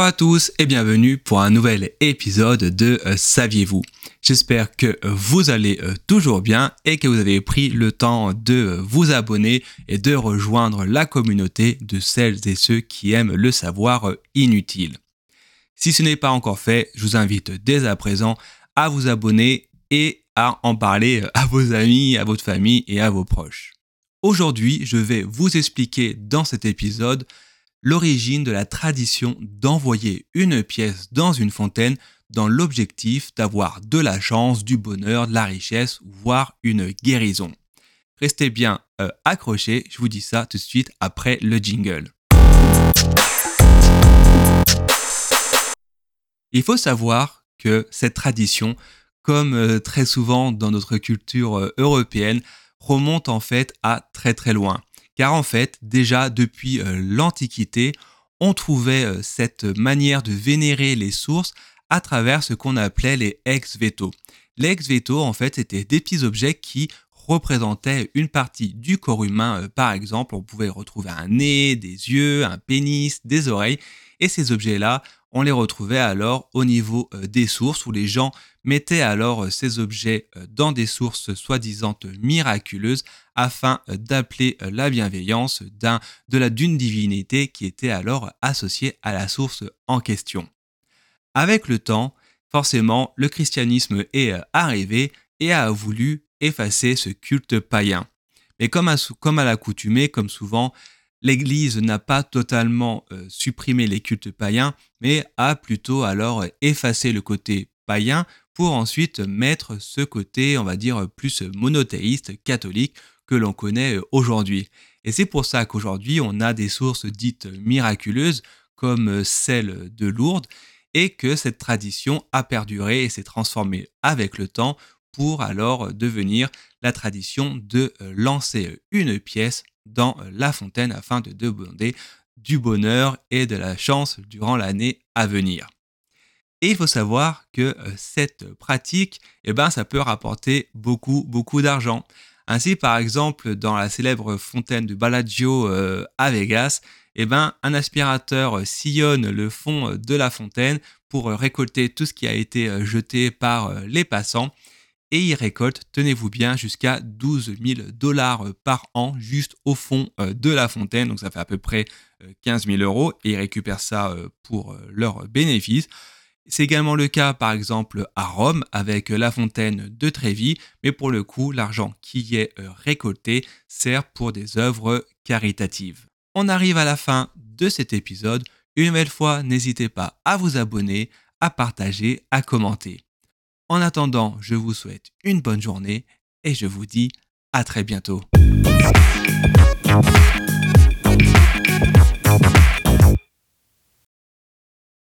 Bonjour à tous et bienvenue pour un nouvel épisode de Saviez-vous? J'espère que vous allez toujours bien et que vous avez pris le temps de vous abonner et de rejoindre la communauté de celles et ceux qui aiment le savoir inutile. Si ce n'est pas encore fait, je vous invite dès à présent à vous abonner et à en parler à vos amis, à votre famille et à vos proches. Aujourd'hui, je vais vous expliquer dans cet épisode l'origine de la tradition d'envoyer une pièce dans une fontaine dans l'objectif d'avoir de la chance, du bonheur, de la richesse, voire une guérison. Restez bien accrochés, je vous dis ça tout de suite après le jingle. Il faut savoir que cette tradition, comme très souvent dans notre culture européenne, remonte en fait à très très loin. Car en fait, déjà depuis l'Antiquité, on trouvait cette manière de vénérer les sources à travers ce qu'on appelait les ex-veto. Les ex-veto, en fait, étaient des petits objets qui représentaient une partie du corps humain. Par exemple, on pouvait retrouver un nez, des yeux, un pénis, des oreilles. Et ces objets-là, on les retrouvait alors au niveau des sources où les gens mettaient alors ces objets dans des sources soi-disant miraculeuses afin d'appeler la bienveillance d'une divinité qui était alors associée à la source en question. Avec le temps, forcément, le christianisme est arrivé et a voulu effacer ce culte païen. Mais comme à l'accoutumée, comme souvent, l'Église n'a pas totalement supprimé les cultes païens, mais a plutôt alors effacé le côté païen pour ensuite mettre ce côté, on va dire, plus monothéiste, catholique, que l'on connaît aujourd'hui. Et c'est pour ça qu'aujourd'hui, on a des sources dites miraculeuses, comme celle de Lourdes, et que cette tradition a perduré et s'est transformée avec le temps pour alors devenir la tradition de lancer une pièce dans la fontaine afin de demander du bonheur et de la chance durant l'année à venir. Et il faut savoir que cette pratique, ça peut rapporter beaucoup d'argent. Ainsi, par exemple, dans la célèbre fontaine de Bellagio à Vegas, un aspirateur sillonne le fond de la fontaine pour récolter tout ce qui a été jeté par les passants. Et il récolte, tenez-vous bien, jusqu'à $12 000 par an juste au fond de la fontaine. Donc ça fait à peu près 15 000 € et ils récupèrent ça pour leur bénéfice. C'est également le cas par exemple à Rome avec la fontaine de Trévi, mais pour le coup l'argent qui y est récolté sert pour des œuvres caritatives. On arrive à la fin de cet épisode. Une nouvelle fois, n'hésitez pas à vous abonner, à partager, à commenter. En attendant, je vous souhaite une bonne journée et je vous dis à très bientôt.